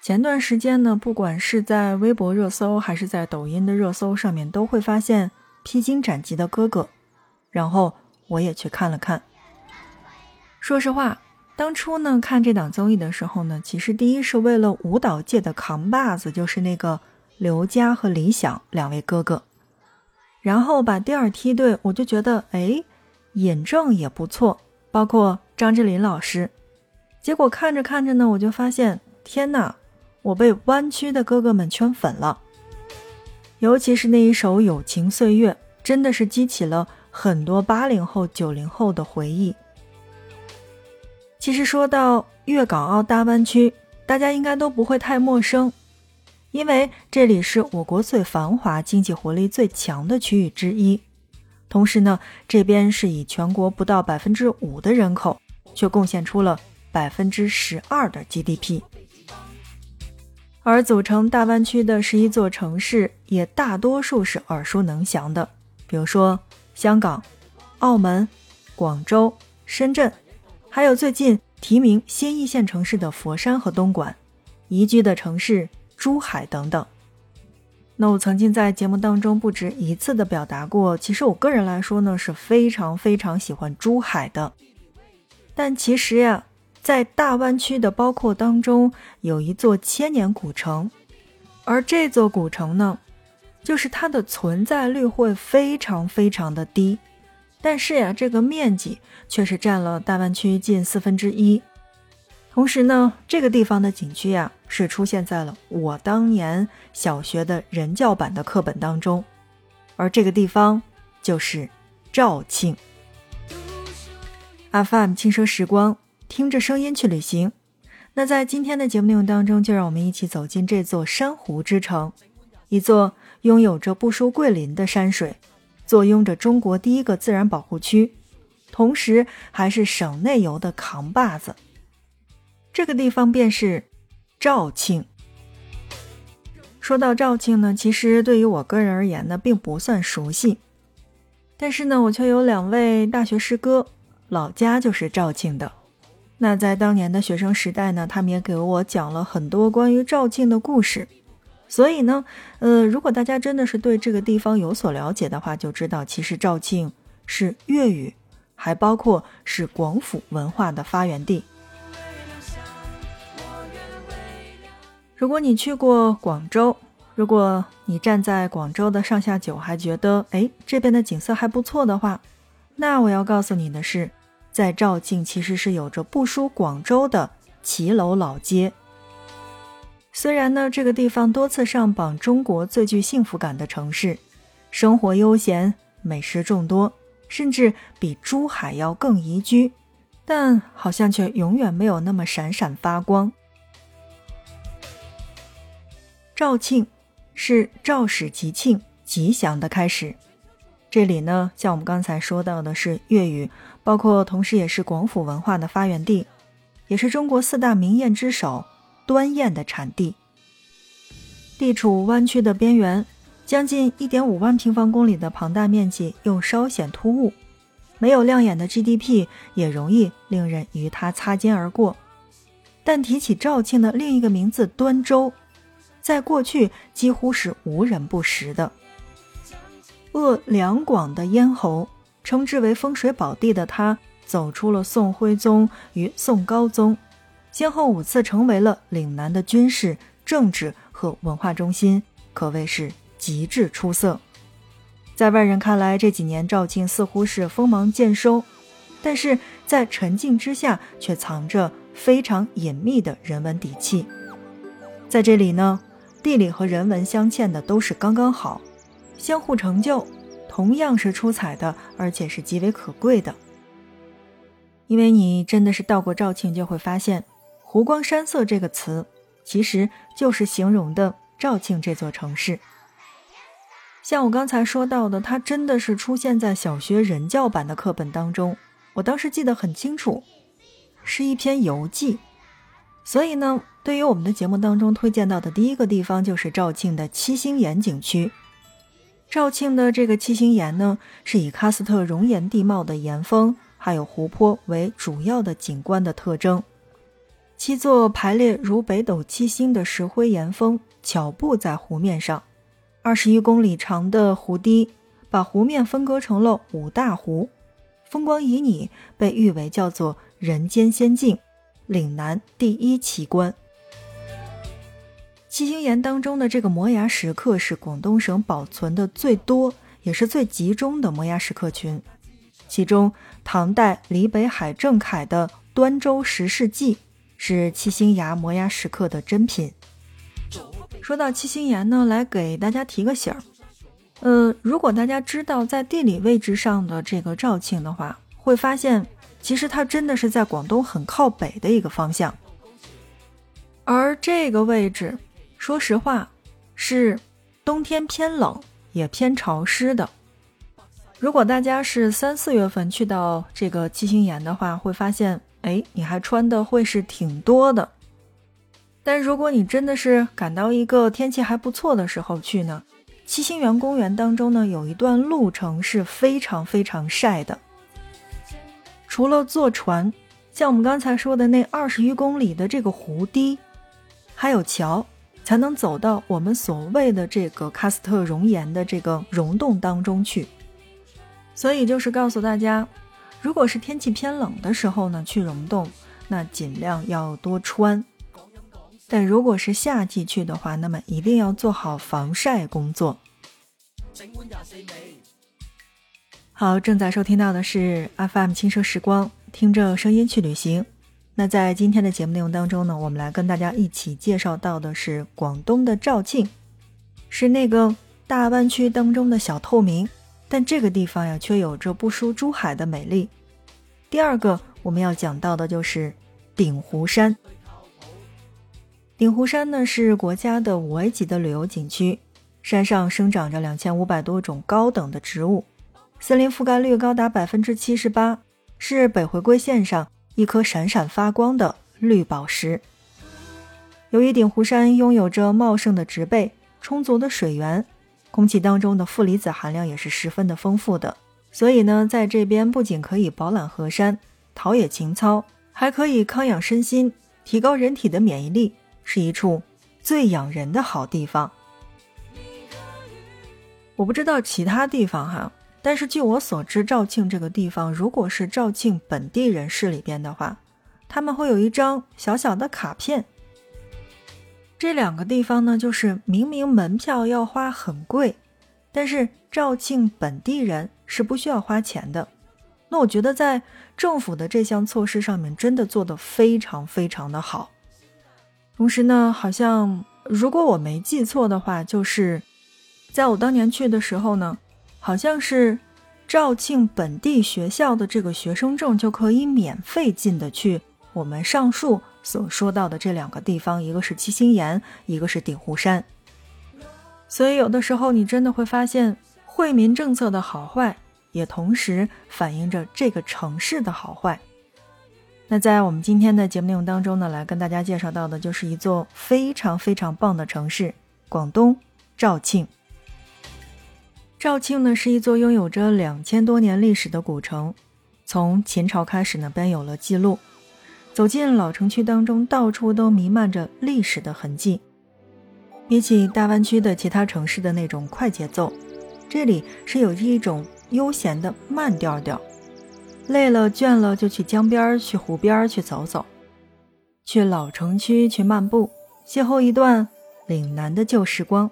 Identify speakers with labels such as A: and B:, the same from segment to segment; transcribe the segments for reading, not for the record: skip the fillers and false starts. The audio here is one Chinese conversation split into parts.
A: 前段时间呢，不管是在微博热搜还是在抖音的热搜上面，都会发现披荆斩棘的哥哥，然后我也去看了看。说实话，当初呢看这档综艺的时候呢，其实第一是为了舞蹈界的扛把子，就是那个刘佳和李想两位哥哥，然后把第二梯队我就觉得尹正也不错，包括张智霖老师。结果看着看着呢，我就发现天哪，我被湾区的哥哥们圈粉了。尤其是那一首《友情岁月》，真的是激起了很多80后90后的回忆。其实说到粤港澳大湾区，大家应该都不会太陌生，因为这里是我国最繁华、经济活力最强的区域之一。同时呢，这边是以全国不到 5% 的人口，却贡献出了 12% 的 GDP。 而组成大湾区的11座城市也大多数是耳熟能详的，比如说香港、澳门、广州、深圳，还有最近提名新一线城市的佛山和东莞，宜居的城市珠海等等。那我曾经在节目当中不止一次的表达过，其实我个人来说呢，是非常非常喜欢珠海的。但其实呀，在大湾区的包括当中，有一座千年古城，而这座古城呢，就是它的存在率会非常非常的低，但是呀，这个面积却是占了大湾区近1/4。同时呢，这个地方的景区呀，是出现在了我当年小学的人教版的课本当中，而这个地方就是肇庆。FM 轻奢时光，听着声音去旅行。那在今天的节目内容当中，就让我们一起走进这座珊瑚之城，一座拥有着不输桂林的山水，坐拥着中国第一个自然保护区，同时还是省内游的扛把子。这个地方便是肇庆。说到肇庆呢，其实对于我个人而言呢，并不算熟悉，但是呢，我却有2位大学师哥，老家就是肇庆的。那在当年的学生时代呢，他们也给我讲了很多关于肇庆的故事。所以呢，如果大家真的是对这个地方有所了解的话，就知道其实肇庆是粤语，还包括是广府文化的发源地。如果你去过广州，如果你站在广州的上下九还觉得这边的景色还不错的话，那我要告诉你的是，在肇庆其实是有着不输广州的骑楼老街。虽然呢，这个地方多次上榜中国最具幸福感的城市，生活悠闲，美食众多，甚至比珠海要更宜居，但好像却永远没有那么闪闪发光。肇庆是肇始吉庆，吉祥的开始。这里呢，像我们刚才说到的是粤语，包括同时也是广府文化的发源地，也是中国4大名宴之首端砚的产地。地处湾区的边缘，将近 1.5 万平方公里的庞大面积又稍显突兀，没有亮眼的 GDP， 也容易令人与它擦肩而过。但提起肇庆的另一个名字端州，在过去几乎是无人不识的。两广的咽喉，称之为风水宝地的他，走出了宋徽宗与宋高宗，先后5次成为了岭南的军事、政治和文化中心，可谓是极致出色。在外人看来，这几年肇庆似乎是锋芒渐收，但是在沉静之下却藏着非常隐秘的人文底气。在这里呢，地理和人文镶嵌的都是刚刚好，相互成就，同样是出彩的，而且是极为可贵的。因为你真的是到过肇庆，就会发现湖光山色这个词其实就是形容的肇庆这座城市。像我刚才说到的，它真的是出现在小学人教版的课本当中，我当时记得很清楚，是一篇游记。所以呢，对于我们的节目当中推荐到的第一个地方，就是肇庆的七星岩景区。肇庆的这个七星岩呢，是以喀斯特熔岩地貌的岩峰还有湖泊为主要的景观的特征。 7座排列如北斗七星的石灰岩峰巧布在湖面上，21公里长的湖堤把湖面分割成了5大湖，风光旖旎，被誉为叫做人间仙境，岭南第一奇观。七星岩当中的这个摩崖石刻是广东省保存的最多也是最集中的摩崖石刻群，其中唐代李北海郑恺的端州石室记是七星崖摩崖石刻的珍品。说到七星岩呢，来给大家提个醒儿，如果大家知道在地理位置上的这个肇庆的话，会发现其实它真的是在广东很靠北的一个方向，而这个位置说实话是冬天偏冷也偏潮湿的。如果大家是3、4月份去到这个七星岩的话，会发现你还穿的会是挺多的。但如果你真的是赶到一个天气还不错的时候去呢，七星园公园当中呢有一段路程是非常非常晒的。除了坐船，像我们刚才说的那20余公里的这个湖堤，还有桥，才能走到我们所谓的这个喀斯特熔岩的这个溶洞当中去。所以就是告诉大家，如果是天气偏冷的时候呢，去溶洞那尽量要多穿，但如果是夏季去的话，那么一定要做好防晒工作。好，正在收听到的是 FM 轻奢时光，听着声音去旅行。那在今天的节目内容当中呢，我们来跟大家一起介绍到的是广东的肇庆，是那个大湾区当中的小透明，但这个地方呀却有着不输珠海的美丽。第二个我们要讲到的就是鼎湖山。鼎湖山呢是国家的5A 级的旅游景区，山上生长着2500多种高等的植物，森林覆盖率高达 78%， 是北回归线上一颗闪闪发光的绿宝石。由于鼎湖山拥有着茂盛的植被、充足的水源，空气当中的负离子含量也是十分的丰富的，所以呢，在这边不仅可以饱览河山、陶冶情操，还可以康养身心，提高人体的免疫力，是一处最养人的好地方。我不知道其他地方哈，但是据我所知，肇庆这个地方如果是肇庆本地人士里边的话，他们会有一张小小的卡片。这2个地方呢，就是明明门票要花很贵，但是肇庆本地人是不需要花钱的。那我觉得在政府的这项措施上面真的做得非常非常的好。同时呢，好像如果我没记错的话，就是在我当年去的时候呢，好像是肇庆本地学校的这个学生证就可以免费进的去我们上述所说到的这2个地方，一个是七星岩，一个是鼎湖山。所以有的时候你真的会发现惠民政策的好坏，也同时反映着这个城市的好坏。那在我们今天的节目内容当中呢，来跟大家介绍到的就是一座非常非常棒的城市——广东肇庆。肇庆呢是一座拥有着2000多年历史的古城，从秦朝开始呢便有了记录。走进老城区当中，到处都弥漫着历史的痕迹。比起大湾区的其他城市的那种快节奏，这里是有着一种悠闲的慢调调。累了倦了就去江边去湖边去走走，去老城区去漫步，邂逅一段岭南的旧时光。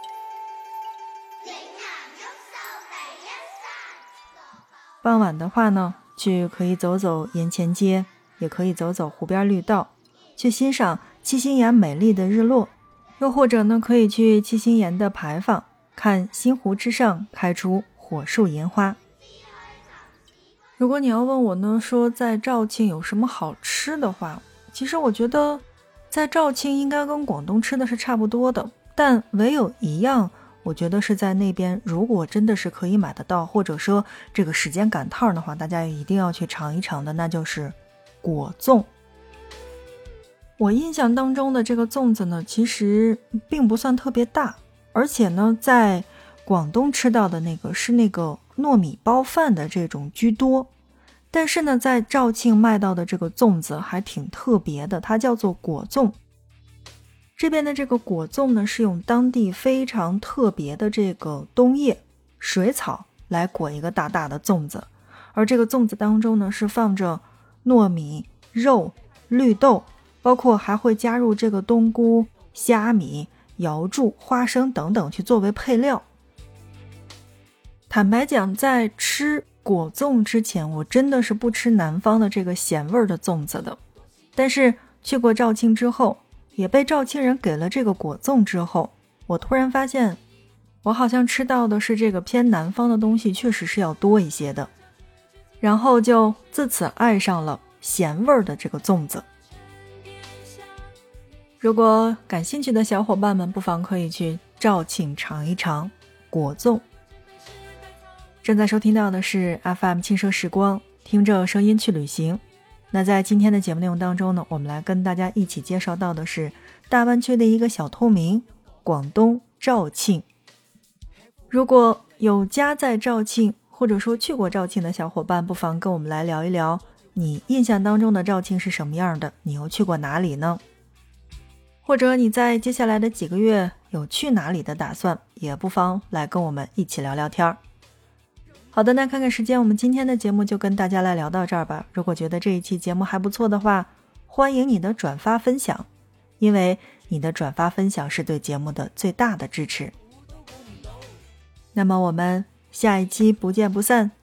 A: 傍晚的话呢，去可以走走沿前街，也可以走走湖边绿道，去欣赏七星岩美丽的日落，又或者呢，可以去七星岩的牌坊，看星湖之上开出火树银花。如果你要问我呢，说在肇庆有什么好吃的话，其实我觉得在肇庆应该跟广东吃的是差不多的，但唯有一样我觉得是在那边如果真的是可以买得到，或者说这个时间赶趟的话，大家也一定要去尝一尝的，那就是果粽。我印象当中的这个粽子呢，其实并不算特别大，而且呢在广东吃到的那个是那个糯米包饭的这种居多， 但是呢，在肇庆卖到的这个粽子还挺特别的，它叫做果粽。这边的这个果粽呢，是用当地非常特别的这个冬叶水草来裹一个大大的粽子，而这个粽子当中呢，是放着糯米、肉、绿豆，包括还会加入这个冬菇、虾米、瑶柱、花生等等去作为配料。坦白讲，在吃果粽之前，我真的是不吃南方的这个咸味的粽子的。但是去过肇庆之后，也被肇庆人给了这个果粽之后，我突然发现，我好像吃到的是这个偏南方的东西，确实是要多一些的。然后就自此爱上了咸味的这个粽子。如果感兴趣的小伙伴们，不妨可以去肇庆尝一尝果粽。正在收听到的是 FM 轻奢时光，听着声音去旅行。那在今天的节目内容当中呢，我们来跟大家一起介绍到的是大湾区的一个小透明，广东肇庆。如果有家在肇庆，或者说去过肇庆的小伙伴，不妨跟我们来聊一聊，你印象当中的肇庆是什么样的？你又去过哪里呢？或者你在接下来的几个月有去哪里的打算，也不妨来跟我们一起聊聊天。好的，那看看时间，我们今天的节目就跟大家来聊到这儿吧。如果觉得这一期节目还不错的话，欢迎你的转发分享，因为你的转发分享是对节目的最大的支持。那么我们下一期不见不散。